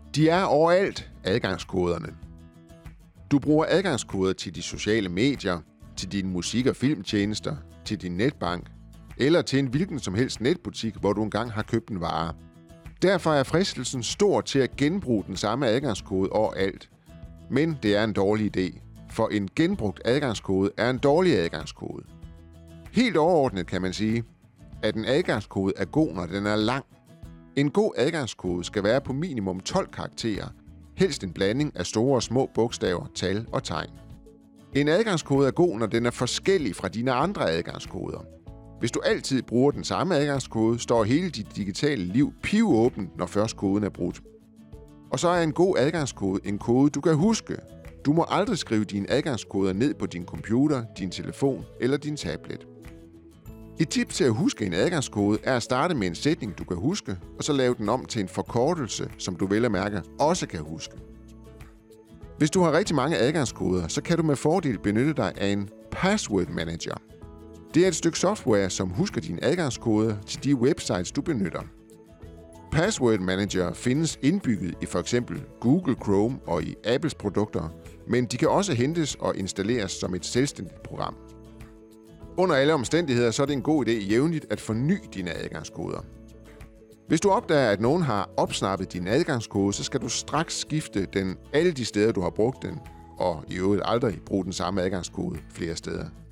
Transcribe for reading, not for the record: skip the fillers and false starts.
De er overalt, adgangskoderne. Du bruger adgangskoder til de sociale medier, til dine musik- og filmtjenester, til din netbank eller til en hvilken som helst netbutik, hvor du engang har købt en vare. Derfor er fristelsen stor til at genbruge den samme adgangskode overalt. Men det er en dårlig idé, for en genbrugt adgangskode er en dårlig adgangskode. Helt overordnet kan man sige, at en adgangskode er god, når den er lang. En god adgangskode skal være på minimum 12 karakterer, helst en blanding af store og små bogstaver, tal og tegn. En adgangskode er god, når den er forskellig fra dine andre adgangskoder. Hvis du altid bruger den samme adgangskode, står hele dit digitale liv pivåbent, når først koden er brudt. Og så er en god adgangskode en kode, du kan huske. Du må aldrig skrive dine adgangskoder ned på din computer, din telefon eller din tablet. Et tip til at huske en adgangskode er at starte med en sætning, du kan huske, og så lave den om til en forkortelse, som du vel at mærke også kan huske. Hvis du har rigtig mange adgangskoder, så kan du med fordel benytte dig af en password manager. Det er et stykke software, som husker dine adgangskoder til de websites, du benytter. Password Manager findes indbygget i f.eks. Google Chrome og i Apples produkter, men de kan også hentes og installeres som et selvstændigt program. Under alle omstændigheder så er det en god idé jævnligt at forny dine adgangskoder. Hvis du opdager, at nogen har opsnappet din adgangskode, så skal du straks skifte den alle de steder, du har brugt den, og i øvrigt aldrig bruge den samme adgangskode flere steder.